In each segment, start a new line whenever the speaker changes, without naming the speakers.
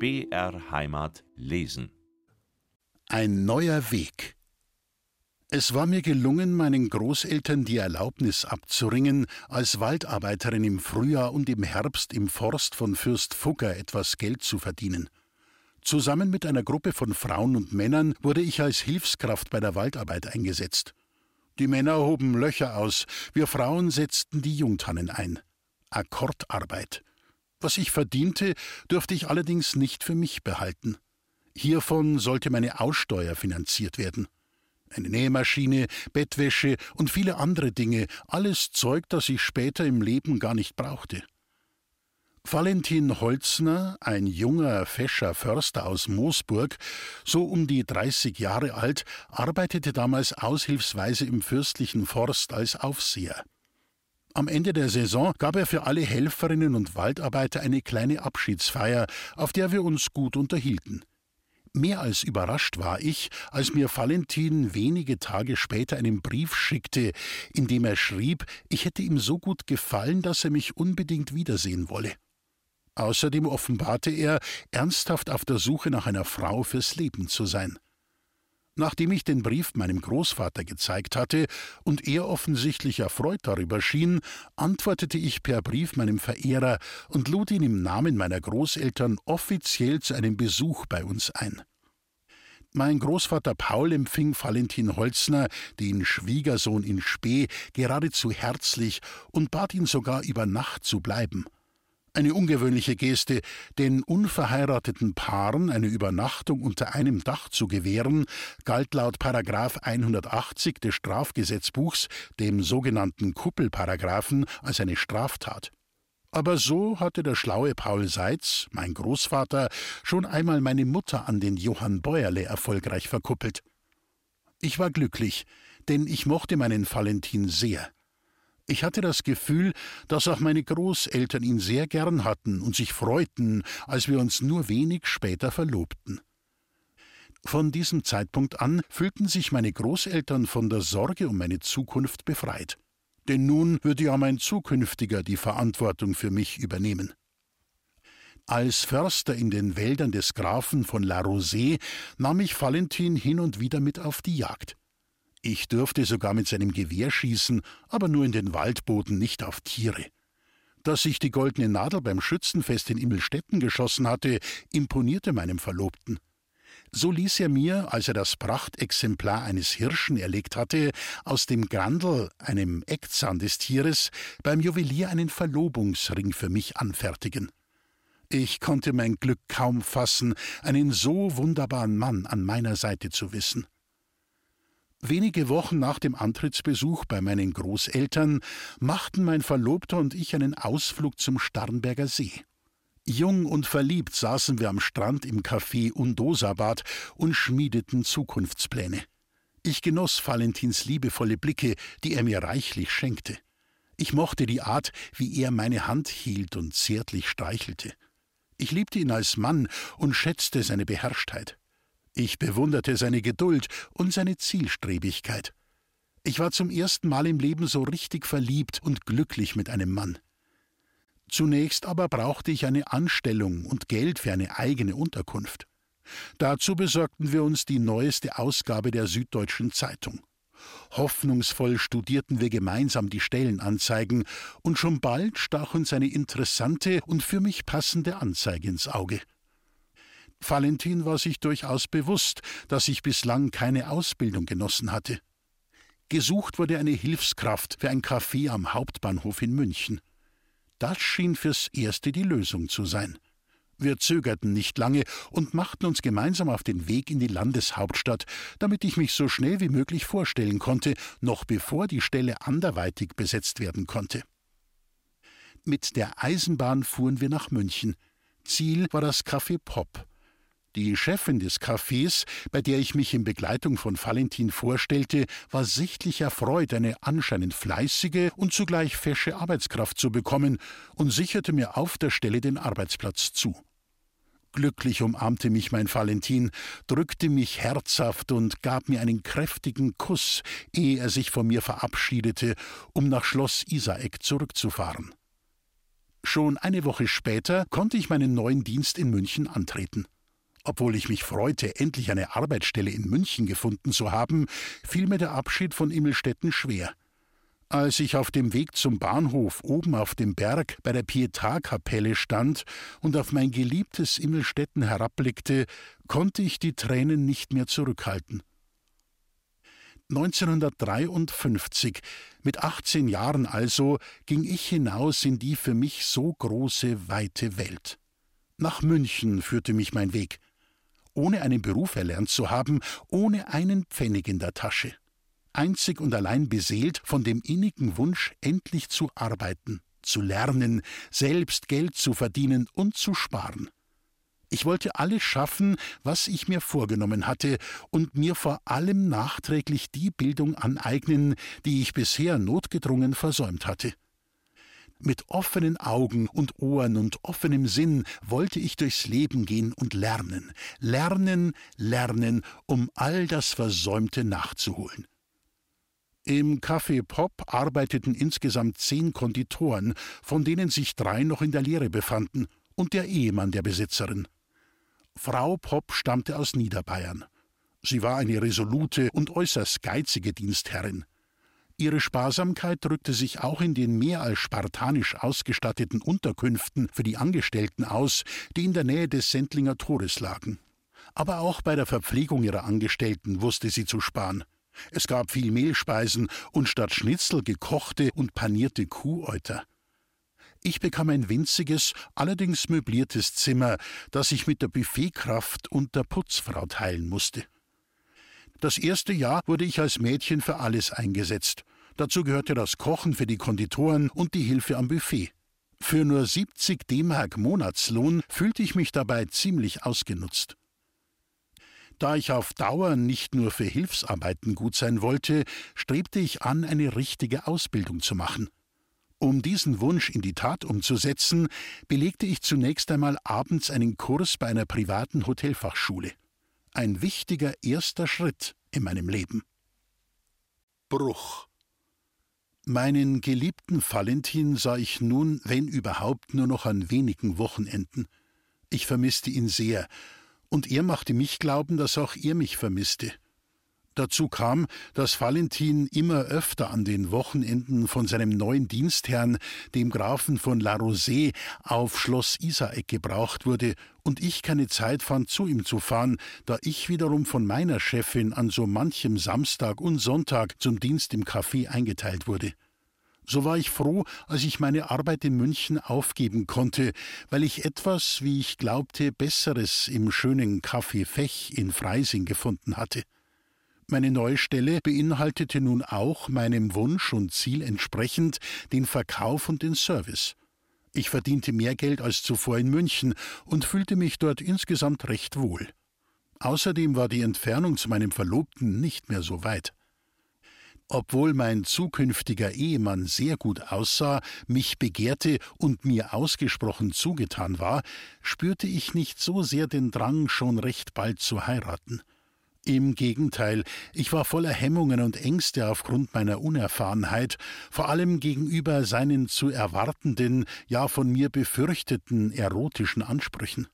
BR Heimat lesen.
Ein neuer Weg. Es war mir gelungen, meinen Großeltern die Erlaubnis abzuringen, als Waldarbeiterin im Frühjahr und im Herbst im Forst von Fürst Fugger etwas Geld zu verdienen. Zusammen mit einer Gruppe von Frauen und Männern wurde ich als Hilfskraft bei der Waldarbeit eingesetzt. Die Männer hoben Löcher aus, wir Frauen setzten die Jungtannen ein. Akkordarbeit. Was ich verdiente, durfte ich allerdings nicht für mich behalten. Hiervon sollte meine Aussteuer finanziert werden. Eine Nähmaschine, Bettwäsche und viele andere Dinge, alles Zeug, das ich später im Leben gar nicht brauchte. Valentin Holzner, ein junger, fescher Förster aus Moosburg, so um die 30 Jahre alt, arbeitete damals aushilfsweise im fürstlichen Forst als Aufseher. Am Ende der Saison gab er für alle Helferinnen und Waldarbeiter eine kleine Abschiedsfeier, auf der wir uns gut unterhielten. Mehr als überrascht war ich, als mir Valentin wenige Tage später einen Brief schickte, in dem er schrieb, ich hätte ihm so gut gefallen, dass er mich unbedingt wiedersehen wolle. Außerdem offenbarte er, ernsthaft auf der Suche nach einer Frau fürs Leben zu sein. Nachdem ich den Brief meinem Großvater gezeigt hatte und er offensichtlich erfreut darüber schien, antwortete ich per Brief meinem Verehrer und lud ihn im Namen meiner Großeltern offiziell zu einem Besuch bei uns ein. Mein Großvater Paul empfing Valentin Holzner, den Schwiegersohn in Spee, geradezu herzlich und bat ihn sogar, über Nacht zu bleiben. Eine ungewöhnliche Geste, den unverheirateten Paaren eine Übernachtung unter einem Dach zu gewähren, galt laut § 180 des Strafgesetzbuchs, dem sogenannten Kuppelparagraphen, als eine Straftat. Aber so hatte der schlaue Paul Seitz, mein Großvater, schon einmal meine Mutter an den Johann Bäuerle erfolgreich verkuppelt. Ich war glücklich, denn ich mochte meinen Valentin sehr. Ich hatte das Gefühl, dass auch meine Großeltern ihn sehr gern hatten und sich freuten, als wir uns nur wenig später verlobten. Von diesem Zeitpunkt an fühlten sich meine Großeltern von der Sorge um meine Zukunft befreit. Denn nun würde ja mein Zukünftiger die Verantwortung für mich übernehmen. Als Förster in den Wäldern des Grafen von La Rosée nahm ich Valentin hin und wieder mit auf die Jagd. Ich durfte sogar mit seinem Gewehr schießen, aber nur in den Waldboden, nicht auf Tiere. Dass ich die goldene Nadel beim Schützenfest in Immelstetten geschossen hatte, imponierte meinem Verlobten. So ließ er mir, als er das Prachtexemplar eines Hirschen erlegt hatte, aus dem Grandel, einem Eckzahn des Tieres, beim Juwelier einen Verlobungsring für mich anfertigen. Ich konnte mein Glück kaum fassen, einen so wunderbaren Mann an meiner Seite zu wissen. Wenige Wochen nach dem Antrittsbesuch bei meinen Großeltern machten mein Verlobter und ich einen Ausflug zum Starnberger See. Jung und verliebt saßen wir am Strand im Café Undosabad und schmiedeten Zukunftspläne. Ich genoss Valentins liebevolle Blicke, die er mir reichlich schenkte. Ich mochte die Art, wie er meine Hand hielt und zärtlich streichelte. Ich liebte ihn als Mann und schätzte seine Beherrschtheit. Ich bewunderte seine Geduld und seine Zielstrebigkeit. Ich war zum ersten Mal im Leben so richtig verliebt und glücklich mit einem Mann. Zunächst aber brauchte ich eine Anstellung und Geld für eine eigene Unterkunft. Dazu besorgten wir uns die neueste Ausgabe der Süddeutschen Zeitung. Hoffnungsvoll studierten wir gemeinsam die Stellenanzeigen, und schon bald stach uns eine interessante und für mich passende Anzeige ins Auge. Valentin war sich durchaus bewusst, dass ich bislang keine Ausbildung genossen hatte. Gesucht wurde eine Hilfskraft für ein Café am Hauptbahnhof in München. Das schien fürs Erste die Lösung zu sein. Wir zögerten nicht lange und machten uns gemeinsam auf den Weg in die Landeshauptstadt, damit ich mich so schnell wie möglich vorstellen konnte, noch bevor die Stelle anderweitig besetzt werden konnte. Mit der Eisenbahn fuhren wir nach München. Ziel war das Café Pop. Die Chefin des Cafés, bei der ich mich in Begleitung von Valentin vorstellte, war sichtlich erfreut, eine anscheinend fleißige und zugleich fesche Arbeitskraft zu bekommen, und sicherte mir auf der Stelle den Arbeitsplatz zu. Glücklich umarmte mich mein Valentin, drückte mich herzhaft und gab mir einen kräftigen Kuss, ehe er sich von mir verabschiedete, um nach Schloss Isaeck zurückzufahren. Schon eine Woche später konnte ich meinen neuen Dienst in München antreten. Obwohl ich mich freute, endlich eine Arbeitsstelle in München gefunden zu haben, fiel mir der Abschied von Immelstetten schwer. Als ich auf dem Weg zum Bahnhof oben auf dem Berg bei der Pietà-Kapelle stand und auf mein geliebtes Immelstetten herabblickte, konnte ich die Tränen nicht mehr zurückhalten. 1953, mit 18 Jahren also, ging ich hinaus in die für mich so große, weite Welt. Nach München führte mich mein Weg. Ohne einen Beruf erlernt zu haben, ohne einen Pfennig in der Tasche. Einzig und allein beseelt von dem innigen Wunsch, endlich zu arbeiten, zu lernen, selbst Geld zu verdienen und zu sparen. Ich wollte alles schaffen, was ich mir vorgenommen hatte, und mir vor allem nachträglich die Bildung aneignen, die ich bisher notgedrungen versäumt hatte. Mit offenen Augen und Ohren und offenem Sinn wollte ich durchs Leben gehen und lernen, lernen, lernen, um all das Versäumte nachzuholen. Im Café Pop arbeiteten insgesamt 10 Konditoren, von denen sich 3 noch in der Lehre befanden, und der Ehemann der Besitzerin. Frau Pop stammte aus Niederbayern. Sie war eine resolute und äußerst geizige Dienstherrin. Ihre Sparsamkeit drückte sich auch in den mehr als spartanisch ausgestatteten Unterkünften für die Angestellten aus, die in der Nähe des Sendlinger Tores lagen. Aber auch bei der Verpflegung ihrer Angestellten wusste sie zu sparen. Es gab viel Mehlspeisen und statt Schnitzel gekochte und panierte Kuhäuter. Ich bekam ein winziges, allerdings möbliertes Zimmer, das ich mit der Buffetkraft und der Putzfrau teilen musste. Das erste Jahr wurde ich als Mädchen für alles eingesetzt. Dazu gehörte das Kochen für die Konditoren und die Hilfe am Buffet. Für nur 70 D-Mark Monatslohn fühlte ich mich dabei ziemlich ausgenutzt. Da ich auf Dauer nicht nur für Hilfsarbeiten gut sein wollte, strebte ich an, eine richtige Ausbildung zu machen. Um diesen Wunsch in die Tat umzusetzen, belegte ich zunächst einmal abends einen Kurs bei einer privaten Hotelfachschule. Ein wichtiger erster Schritt in meinem Leben. Bruch. Meinen geliebten Valentin sah ich nun, wenn überhaupt, nur noch an wenigen Wochenenden. Ich vermisste ihn sehr, und er machte mich glauben, dass auch er mich vermisste. Dazu kam, dass Valentin immer öfter an den Wochenenden von seinem neuen Dienstherrn, dem Grafen von La Rosée, auf Schloss Isaeck gebraucht wurde und ich keine Zeit fand, zu ihm zu fahren, da ich wiederum von meiner Chefin an so manchem Samstag und Sonntag zum Dienst im Café eingeteilt wurde. So war ich froh, als ich meine Arbeit in München aufgeben konnte, weil ich etwas, wie ich glaubte, Besseres im schönen Café Fech in Freising gefunden hatte. Meine neue Stelle beinhaltete nun auch, meinem Wunsch und Ziel entsprechend, den Verkauf und den Service. Ich verdiente mehr Geld als zuvor in München und fühlte mich dort insgesamt recht wohl. Außerdem war die Entfernung zu meinem Verlobten nicht mehr so weit. Obwohl mein zukünftiger Ehemann sehr gut aussah, mich begehrte und mir ausgesprochen zugetan war, spürte ich nicht so sehr den Drang, schon recht bald zu heiraten. Im Gegenteil, ich war voller Hemmungen und Ängste aufgrund meiner Unerfahrenheit, vor allem gegenüber seinen zu erwartenden, ja von mir befürchteten erotischen Ansprüchen.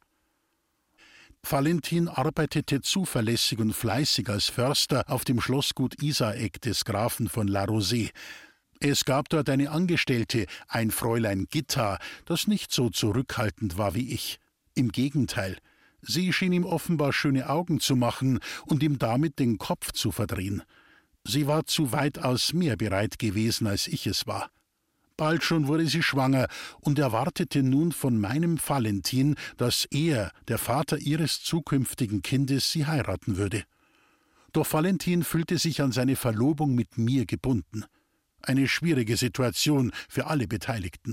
Valentin arbeitete zuverlässig und fleißig als Förster auf dem Schlossgut Isaeck des Grafen von La Rosée. Es gab dort eine Angestellte, ein Fräulein Gitta, das nicht so zurückhaltend war wie ich. Im Gegenteil, sie schien ihm offenbar schöne Augen zu machen und ihm damit den Kopf zu verdrehen. Sie war zu weitaus mehr bereit gewesen, als ich es war. Bald schon wurde sie schwanger und erwartete nun von meinem Valentin, dass er, der Vater ihres zukünftigen Kindes, sie heiraten würde. Doch Valentin fühlte sich an seine Verlobung mit mir gebunden. Eine schwierige Situation für alle Beteiligten.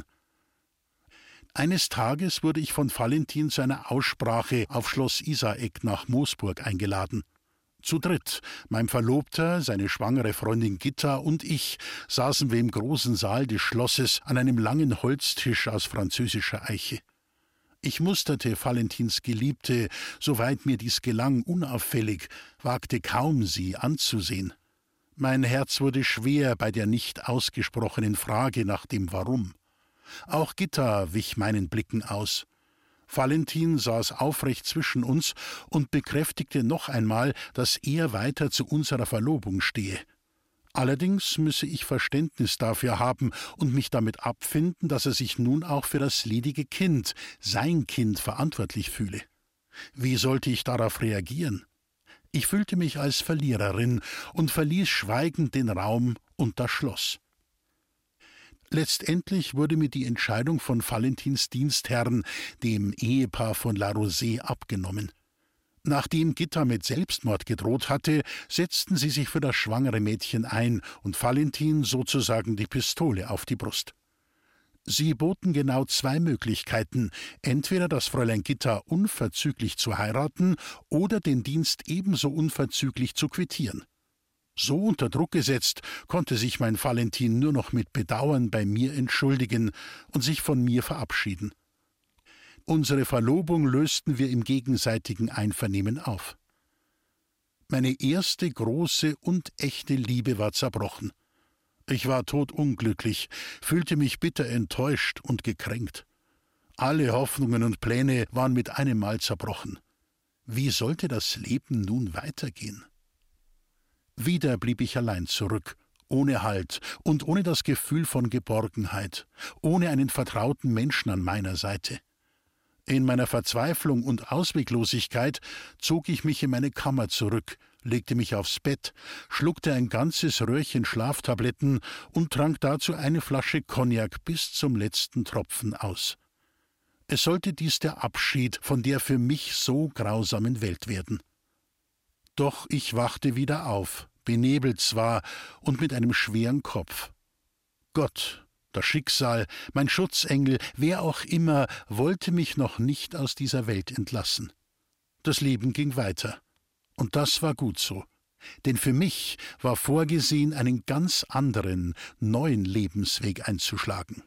Eines Tages wurde ich von Valentin zu einer Aussprache auf Schloss Isaeck nach Moosburg eingeladen. Zu dritt, mein Verlobter, seine schwangere Freundin Gitta und ich, saßen wir im großen Saal des Schlosses an einem langen Holztisch aus französischer Eiche. Ich musterte Valentins Geliebte, soweit mir dies gelang, unauffällig, wagte kaum, sie anzusehen. Mein Herz wurde schwer bei der nicht ausgesprochenen Frage nach dem Warum. Auch Gitta wich meinen Blicken aus. Valentin saß aufrecht zwischen uns und bekräftigte noch einmal, dass er weiter zu unserer Verlobung stehe. Allerdings müsse ich Verständnis dafür haben und mich damit abfinden, dass er sich nun auch für das ledige Kind, sein Kind, verantwortlich fühle. Wie sollte ich darauf reagieren? Ich fühlte mich als Verliererin und verließ schweigend den Raum und das Schloss. Letztendlich wurde mir die Entscheidung von Valentins Dienstherrn, dem Ehepaar von La Rosée, abgenommen. Nachdem Gitta mit Selbstmord gedroht hatte, setzten sie sich für das schwangere Mädchen ein und Valentin sozusagen die Pistole auf die Brust. Sie boten genau 2 Möglichkeiten, entweder das Fräulein Gitta unverzüglich zu heiraten oder den Dienst ebenso unverzüglich zu quittieren. So unter Druck gesetzt, konnte sich mein Valentin nur noch mit Bedauern bei mir entschuldigen und sich von mir verabschieden. Unsere Verlobung lösten wir im gegenseitigen Einvernehmen auf. Meine erste große und echte Liebe war zerbrochen. Ich war todunglücklich, fühlte mich bitter enttäuscht und gekränkt. Alle Hoffnungen und Pläne waren mit einem Mal zerbrochen. Wie sollte das Leben nun weitergehen? Wieder blieb ich allein zurück, ohne Halt und ohne das Gefühl von Geborgenheit, ohne einen vertrauten Menschen an meiner Seite. In meiner Verzweiflung und Ausweglosigkeit zog ich mich in meine Kammer zurück, legte mich aufs Bett, schluckte ein ganzes Röhrchen Schlaftabletten und trank dazu eine Flasche Cognac bis zum letzten Tropfen aus. Es sollte dies der Abschied von der für mich so grausamen Welt werden. Doch ich wachte wieder auf, benebelt zwar und mit einem schweren Kopf. Gott, das Schicksal, mein Schutzengel, wer auch immer, wollte mich noch nicht aus dieser Welt entlassen. Das Leben ging weiter. Und das war gut so. Denn für mich war vorgesehen, einen ganz anderen, neuen Lebensweg einzuschlagen.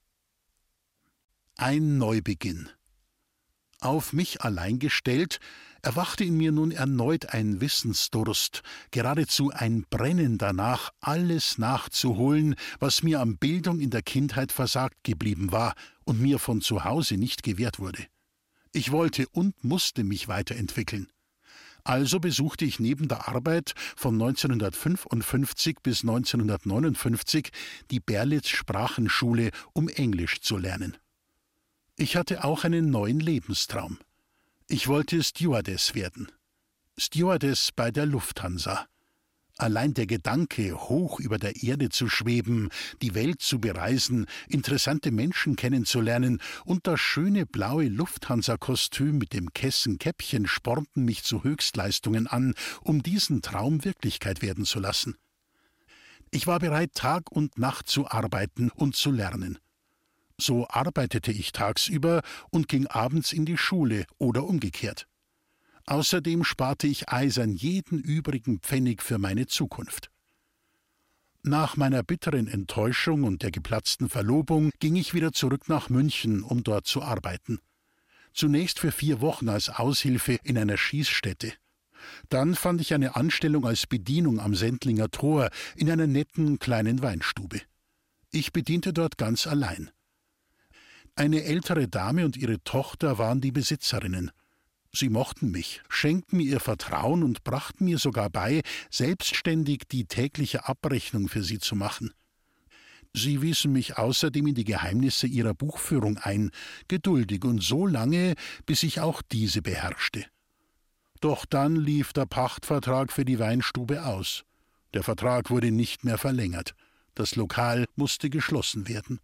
Ein Neubeginn. Auf mich allein gestellt, erwachte in mir nun erneut ein Wissensdurst, geradezu ein Brennen danach, alles nachzuholen, was mir an Bildung in der Kindheit versagt geblieben war und mir von zu Hause nicht gewährt wurde. Ich wollte und musste mich weiterentwickeln. Also besuchte ich neben der Arbeit von 1955 bis 1959 die Berlitz-Sprachenschule, um Englisch zu lernen. Ich hatte auch einen neuen Lebenstraum. Ich wollte Stewardess werden. Stewardess bei der Lufthansa. Allein der Gedanke, hoch über der Erde zu schweben, die Welt zu bereisen, interessante Menschen kennenzulernen und das schöne blaue Lufthansa-Kostüm mit dem Kessenkäppchen spornten mich zu Höchstleistungen an, um diesen Traum Wirklichkeit werden zu lassen. Ich war bereit, Tag und Nacht zu arbeiten und zu lernen. So arbeitete ich tagsüber und ging abends in die Schule oder umgekehrt. Außerdem sparte ich eisern jeden übrigen Pfennig für meine Zukunft. Nach meiner bitteren Enttäuschung und der geplatzten Verlobung ging ich wieder zurück nach München, um dort zu arbeiten. Zunächst für 4 Wochen als Aushilfe in einer Schießstätte. Dann fand ich eine Anstellung als Bedienung am Sendlinger Tor in einer netten kleinen Weinstube. Ich bediente dort ganz allein. Eine ältere Dame und ihre Tochter waren die Besitzerinnen. Sie mochten mich, schenkten mir ihr Vertrauen und brachten mir sogar bei, selbstständig die tägliche Abrechnung für sie zu machen. Sie wiesen mich außerdem in die Geheimnisse ihrer Buchführung ein, geduldig und so lange, bis ich auch diese beherrschte. Doch dann lief der Pachtvertrag für die Weinstube aus. Der Vertrag wurde nicht mehr verlängert. Das Lokal musste geschlossen werden.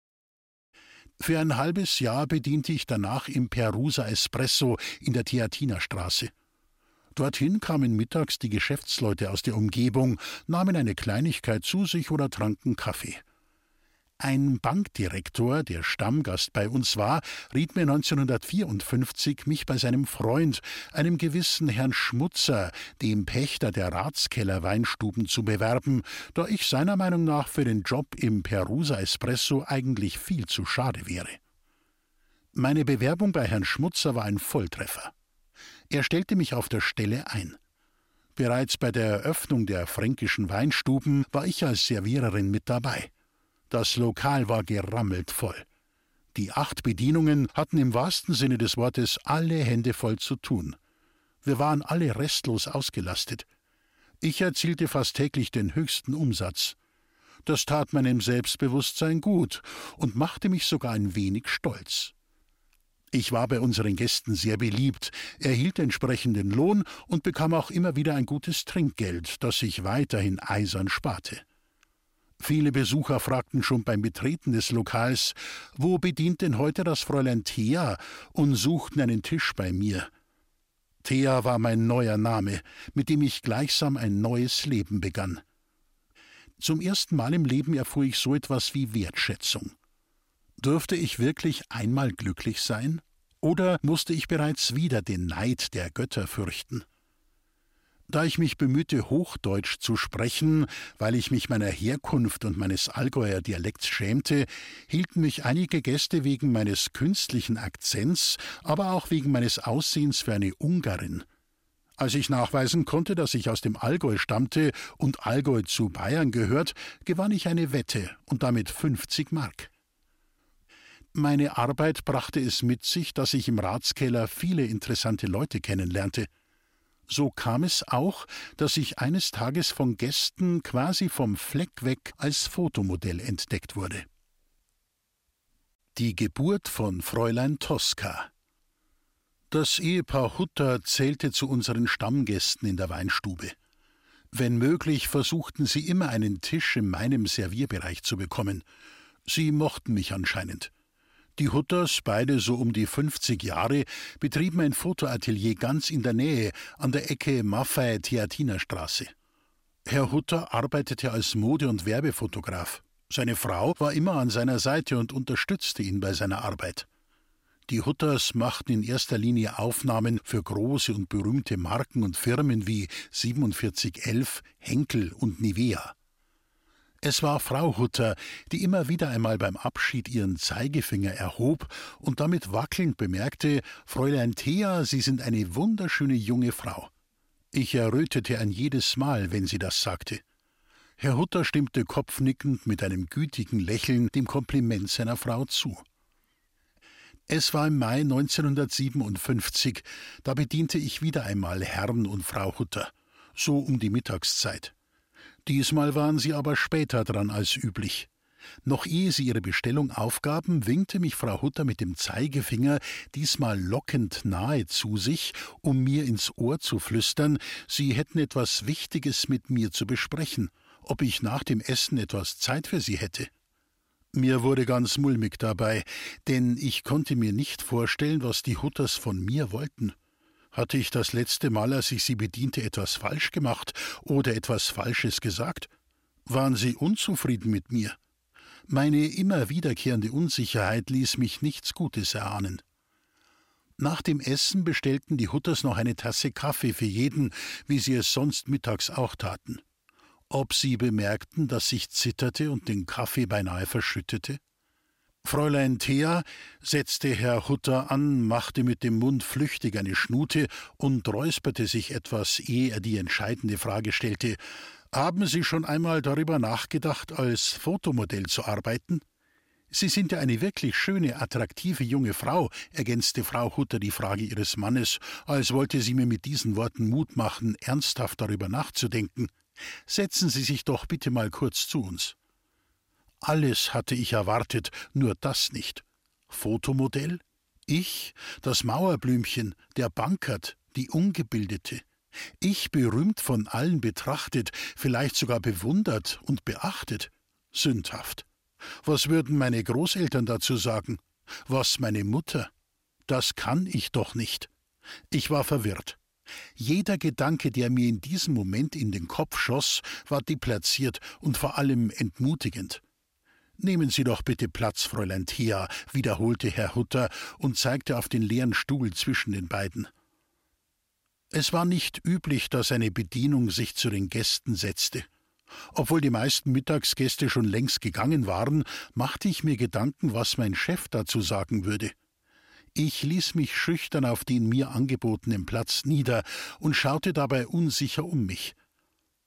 Für ein halbes Jahr bediente ich danach im Perusa Espresso in der Theatinerstraße. Dorthin kamen mittags die Geschäftsleute aus der Umgebung, nahmen eine Kleinigkeit zu sich oder tranken Kaffee. Ein Bankdirektor, der Stammgast bei uns war, riet mir 1954, mich bei seinem Freund, einem gewissen Herrn Schmutzer, dem Pächter der Ratskeller-Weinstuben, zu bewerben, da ich seiner Meinung nach für den Job im Perusa Espresso eigentlich viel zu schade wäre. Meine Bewerbung bei Herrn Schmutzer war ein Volltreffer. Er stellte mich auf der Stelle ein. Bereits bei der Eröffnung der fränkischen Weinstuben war ich als Serviererin mit dabei. Das Lokal war gerammelt voll. Die 8 Bedienungen hatten im wahrsten Sinne des Wortes alle Hände voll zu tun. Wir waren alle restlos ausgelastet. Ich erzielte fast täglich den höchsten Umsatz. Das tat meinem Selbstbewusstsein gut und machte mich sogar ein wenig stolz. Ich war bei unseren Gästen sehr beliebt, erhielt entsprechenden Lohn und bekam auch immer wieder ein gutes Trinkgeld, das ich weiterhin eisern sparte. Viele Besucher fragten schon beim Betreten des Lokals, wo bedient denn heute das Fräulein Thea, und suchten einen Tisch bei mir. Thea war mein neuer Name, mit dem ich gleichsam ein neues Leben begann. Zum ersten Mal im Leben erfuhr ich so etwas wie Wertschätzung. Durfte ich wirklich einmal glücklich sein? Oder musste ich bereits wieder den Neid der Götter fürchten? Da ich mich bemühte, Hochdeutsch zu sprechen, weil ich mich meiner Herkunft und meines Allgäuer Dialekts schämte, hielten mich einige Gäste wegen meines künstlichen Akzents, aber auch wegen meines Aussehens für eine Ungarin. Als ich nachweisen konnte, dass ich aus dem Allgäu stammte und Allgäu zu Bayern gehört, gewann ich eine Wette und damit 50 Mark. Meine Arbeit brachte es mit sich, dass ich im Ratskeller viele interessante Leute kennenlernte. So kam es auch, dass ich eines Tages von Gästen quasi vom Fleck weg als Fotomodell entdeckt wurde. Die Geburt von Fräulein Tosca. Das Ehepaar Hutter zählte zu unseren Stammgästen in der Weinstube. Wenn möglich, versuchten sie immer einen Tisch in meinem Servierbereich zu bekommen. Sie mochten mich anscheinend. Die Hutters, beide so um die 50 Jahre, betrieben ein Fotoatelier ganz in der Nähe, an der Ecke Maffei-Theatinerstraße. Herr Hutter arbeitete als Mode- und Werbefotograf. Seine Frau war immer an seiner Seite und unterstützte ihn bei seiner Arbeit. Die Hutters machten in erster Linie Aufnahmen für große und berühmte Marken und Firmen wie 4711, Henkel und Nivea. Es war Frau Hutter, die immer wieder einmal beim Abschied ihren Zeigefinger erhob und damit wackelnd bemerkte: »Fräulein Thea, Sie sind eine wunderschöne junge Frau.« Ich errötete ein jedes Mal, wenn sie das sagte. Herr Hutter stimmte kopfnickend mit einem gütigen Lächeln dem Kompliment seiner Frau zu. Es war im Mai 1957, da bediente ich wieder einmal Herrn und Frau Hutter, so um die Mittagszeit. Diesmal waren sie aber später dran als üblich. Noch ehe sie ihre Bestellung aufgaben, winkte mich Frau Hutter mit dem Zeigefinger, diesmal lockend nahe zu sich, um mir ins Ohr zu flüstern, sie hätten etwas Wichtiges mit mir zu besprechen, ob ich nach dem Essen etwas Zeit für sie hätte. Mir wurde ganz mulmig dabei, denn ich konnte mir nicht vorstellen, was die Hutters von mir wollten. Hatte ich das letzte Mal, als ich sie bediente, etwas falsch gemacht oder etwas Falsches gesagt? Waren sie unzufrieden mit mir? Meine immer wiederkehrende Unsicherheit ließ mich nichts Gutes erahnen. Nach dem Essen bestellten die Hutters noch eine Tasse Kaffee für jeden, wie sie es sonst mittags auch taten. Ob sie bemerkten, dass ich zitterte und den Kaffee beinahe verschüttete? Fräulein Thea, setzte Herr Hutter an, machte mit dem Mund flüchtig eine Schnute und räusperte sich etwas, ehe er die entscheidende Frage stellte: »Haben Sie schon einmal darüber nachgedacht, als Fotomodell zu arbeiten?« »Sie sind ja eine wirklich schöne, attraktive junge Frau«, ergänzte Frau Hutter die Frage ihres Mannes, als wollte sie mir mit diesen Worten Mut machen, ernsthaft darüber nachzudenken. »Setzen Sie sich doch bitte mal kurz zu uns.« Alles hatte ich erwartet, nur das nicht. Fotomodell? Ich, das Mauerblümchen, der Bankert, die Ungebildete. Ich, berühmt von allen betrachtet, vielleicht sogar bewundert und beachtet. Sündhaft. Was würden meine Großeltern dazu sagen? Was meine Mutter? Das kann ich doch nicht. Ich war verwirrt. Jeder Gedanke, der mir in diesem Moment in den Kopf schoss, war deplatziert und vor allem entmutigend. »Nehmen Sie doch bitte Platz, Fräulein Thea«, wiederholte Herr Hutter und zeigte auf den leeren Stuhl zwischen den beiden. Es war nicht üblich, dass eine Bedienung sich zu den Gästen setzte. Obwohl die meisten Mittagsgäste schon längst gegangen waren, machte ich mir Gedanken, was mein Chef dazu sagen würde. Ich ließ mich schüchtern auf den mir angebotenen Platz nieder und schaute dabei unsicher um mich.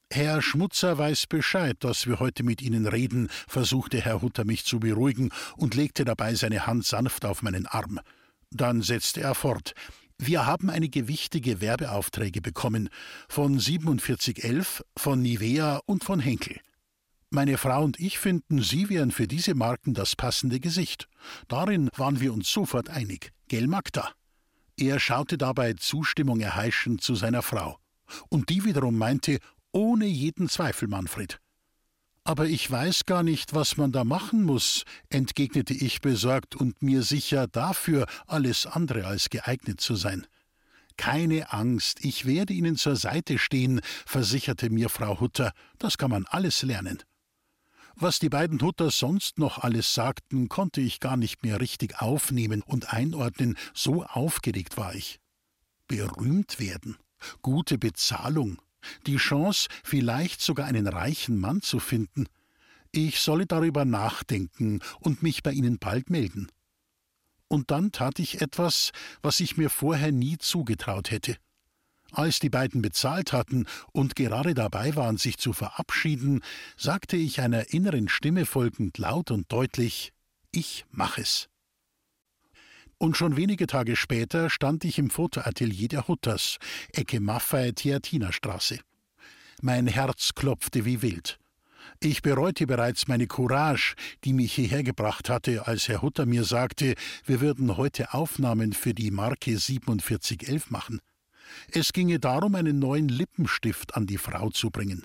»Herr Schmutzer weiß Bescheid, dass wir heute mit Ihnen reden«, versuchte Herr Hutter mich zu beruhigen und legte dabei seine Hand sanft auf meinen Arm. Dann setzte er fort: »Wir haben einige wichtige Werbeaufträge bekommen, von 4711, von Nivea und von Henkel. Meine Frau und ich finden, Sie wären für diese Marken das passende Gesicht. Darin waren wir uns sofort einig. Gell, Magda?« Er schaute dabei Zustimmung erheischend zu seiner Frau. Und die wiederum meinte: »Ohne jeden Zweifel, Manfred.« »Aber ich weiß gar nicht, was man da machen muss«, entgegnete ich besorgt und mir sicher, dafür alles andere als geeignet zu sein. »Keine Angst, ich werde Ihnen zur Seite stehen«, versicherte mir Frau Hutter, »das kann man alles lernen.« Was die beiden Hutters sonst noch alles sagten, konnte ich gar nicht mehr richtig aufnehmen und einordnen, so aufgeregt war ich. Berühmt werden, gute Bezahlung, die Chance, vielleicht sogar einen reichen Mann zu finden. Ich solle darüber nachdenken und mich bei Ihnen bald melden. Und dann tat ich etwas, was ich mir vorher nie zugetraut hätte. Als die beiden bezahlt hatten und gerade dabei waren, sich zu verabschieden, sagte ich einer inneren Stimme folgend laut und deutlich: »Ich mach es.« Und schon wenige Tage später stand ich im Fotoatelier der Hutters, Ecke Maffei-Theatinerstraße. Mein Herz klopfte wie wild. Ich bereute bereits meine Courage, die mich hierher gebracht hatte, als Herr Hutter mir sagte, wir würden heute Aufnahmen für die Marke 4711 machen. Es ginge darum, einen neuen Lippenstift an die Frau zu bringen.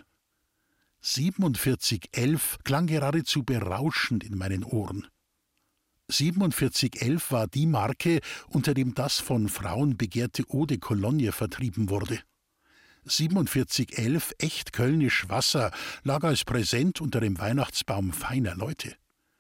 4711 klang geradezu berauschend in meinen Ohren. 4711 war die Marke, unter dem das von Frauen begehrte Eau de Cologne vertrieben wurde. 4711 echt kölnisch Wasser lag als Präsent unter dem Weihnachtsbaum feiner Leute.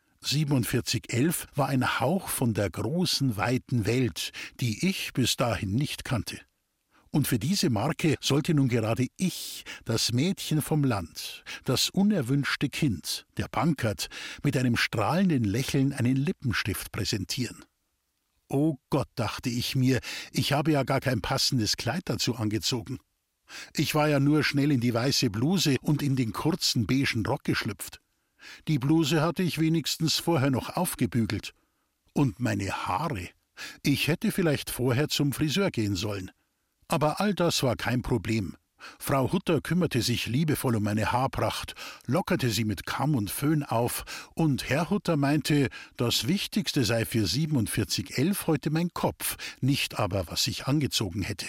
4711 war ein Hauch von der großen, weiten Welt, die ich bis dahin nicht kannte. Und für diese Marke sollte nun gerade ich, das Mädchen vom Land, das unerwünschte Kind, der Bankert, mit einem strahlenden Lächeln einen Lippenstift präsentieren. »Oh Gott«, dachte ich mir, »ich habe ja gar kein passendes Kleid dazu angezogen. Ich war ja nur schnell in die weiße Bluse und in den kurzen beigen Rock geschlüpft. Die Bluse hatte ich wenigstens vorher noch aufgebügelt. Und meine Haare. Ich hätte vielleicht vorher zum Friseur gehen sollen. Aber all das war kein Problem. Frau Hutter kümmerte sich liebevoll um meine Haarpracht, lockerte sie mit Kamm und Föhn auf, und Herr Hutter meinte, das Wichtigste sei für 4711 heute mein Kopf, nicht aber, was ich angezogen hätte.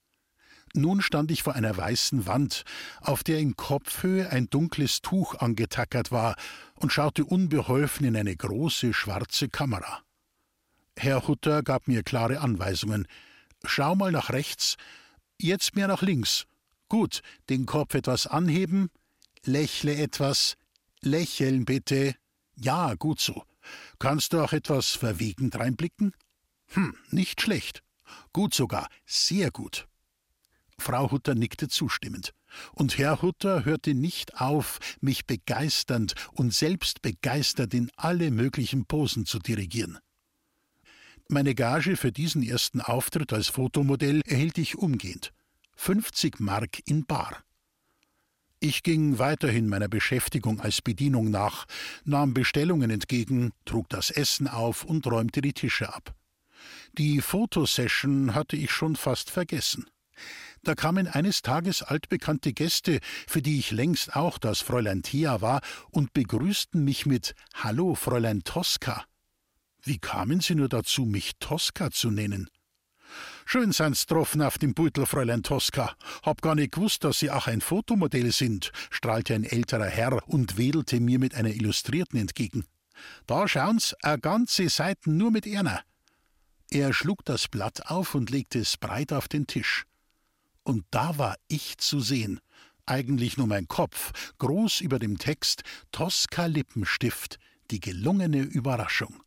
Nun stand ich vor einer weißen Wand, auf der in Kopfhöhe ein dunkles Tuch angetackert war, und schaute unbeholfen in eine große schwarze Kamera. Herr Hutter gab mir klare Anweisungen. »Schau mal nach rechts, jetzt mehr nach links. Gut, den Kopf etwas anheben, lächle etwas, lächeln bitte. Ja, gut so. Kannst du auch etwas verwegen dreinblicken? Nicht schlecht. Gut sogar, sehr gut.« Frau Hutter nickte zustimmend, und Herr Hutter hörte nicht auf, mich begeisternd und selbst begeistert in alle möglichen Posen zu dirigieren. Meine Gage für diesen ersten Auftritt als Fotomodell erhielt ich umgehend. 50 Mark in bar. Ich ging weiterhin meiner Beschäftigung als Bedienung nach, nahm Bestellungen entgegen, trug das Essen auf und räumte die Tische ab. Die Fotosession hatte ich schon fast vergessen. Da kamen eines Tages altbekannte Gäste, für die ich längst auch das Fräulein Thea war, und begrüßten mich mit »Hallo, Fräulein Tosca«. Wie kamen Sie nur dazu, mich Tosca zu nennen? »Schön sind's getroffen auf dem Beutel, Fräulein Tosca. Hab gar nicht gewusst, dass Sie auch ein Fotomodell sind«, strahlte ein älterer Herr und wedelte mir mit einer Illustrierten entgegen. »Da schauen's, a ganze Seiten nur mit Erna.« Er schlug das Blatt auf und legte es breit auf den Tisch. Und da war ich zu sehen, eigentlich nur mein Kopf, groß über dem Text »Tosca Lippenstift, die gelungene Überraschung«.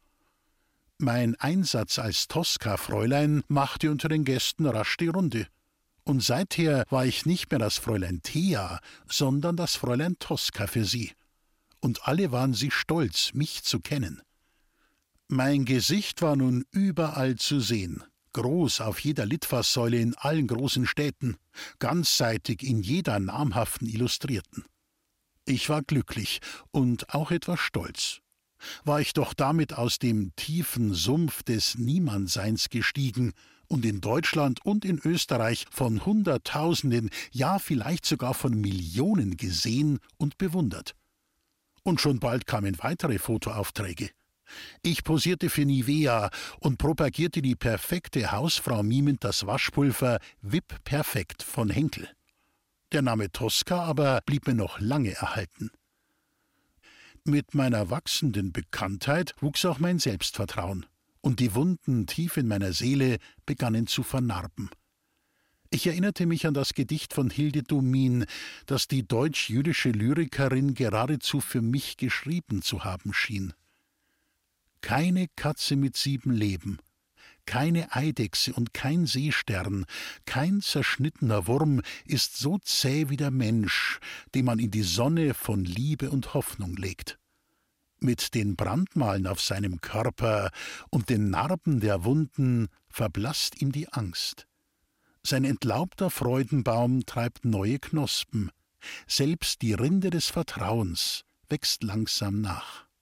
Mein Einsatz als Tosca-Fräulein machte unter den Gästen rasch die Runde. Und seither war ich nicht mehr das Fräulein Thea, sondern das Fräulein Tosca für sie. Und alle waren sie stolz, mich zu kennen. Mein Gesicht war nun überall zu sehen. groß auf jeder Litfaßsäule in allen großen Städten, ganzseitig in jeder namhaften Illustrierten. Ich war glücklich und auch etwas stolz. War ich doch damit aus dem tiefen Sumpf des Niemandseins gestiegen und in Deutschland und in Österreich von Hunderttausenden, ja vielleicht sogar von Millionen gesehen und bewundert. Und schon bald kamen weitere Fotoaufträge. Ich posierte für Nivea und propagierte die perfekte Hausfrau mimend das Waschpulver Wipp Perfekt von Henkel. Der Name Tosca aber blieb mir noch lange erhalten. Mit meiner wachsenden Bekanntheit wuchs auch mein Selbstvertrauen, und die Wunden tief in meiner Seele begannen zu vernarben. Ich erinnerte mich an das Gedicht von Hilde Domin, das die deutsch-jüdische Lyrikerin geradezu für mich geschrieben zu haben schien. Keine Katze mit 7 Leben, keine Eidechse und kein Seestern, kein zerschnittener Wurm ist so zäh wie der Mensch, den man in die Sonne von Liebe und Hoffnung legt. Mit den Brandmalen auf seinem Körper und den Narben der Wunden verblasst ihm die Angst. Sein entlaubter Freudenbaum treibt neue Knospen, selbst die Rinde des Vertrauens wächst langsam nach.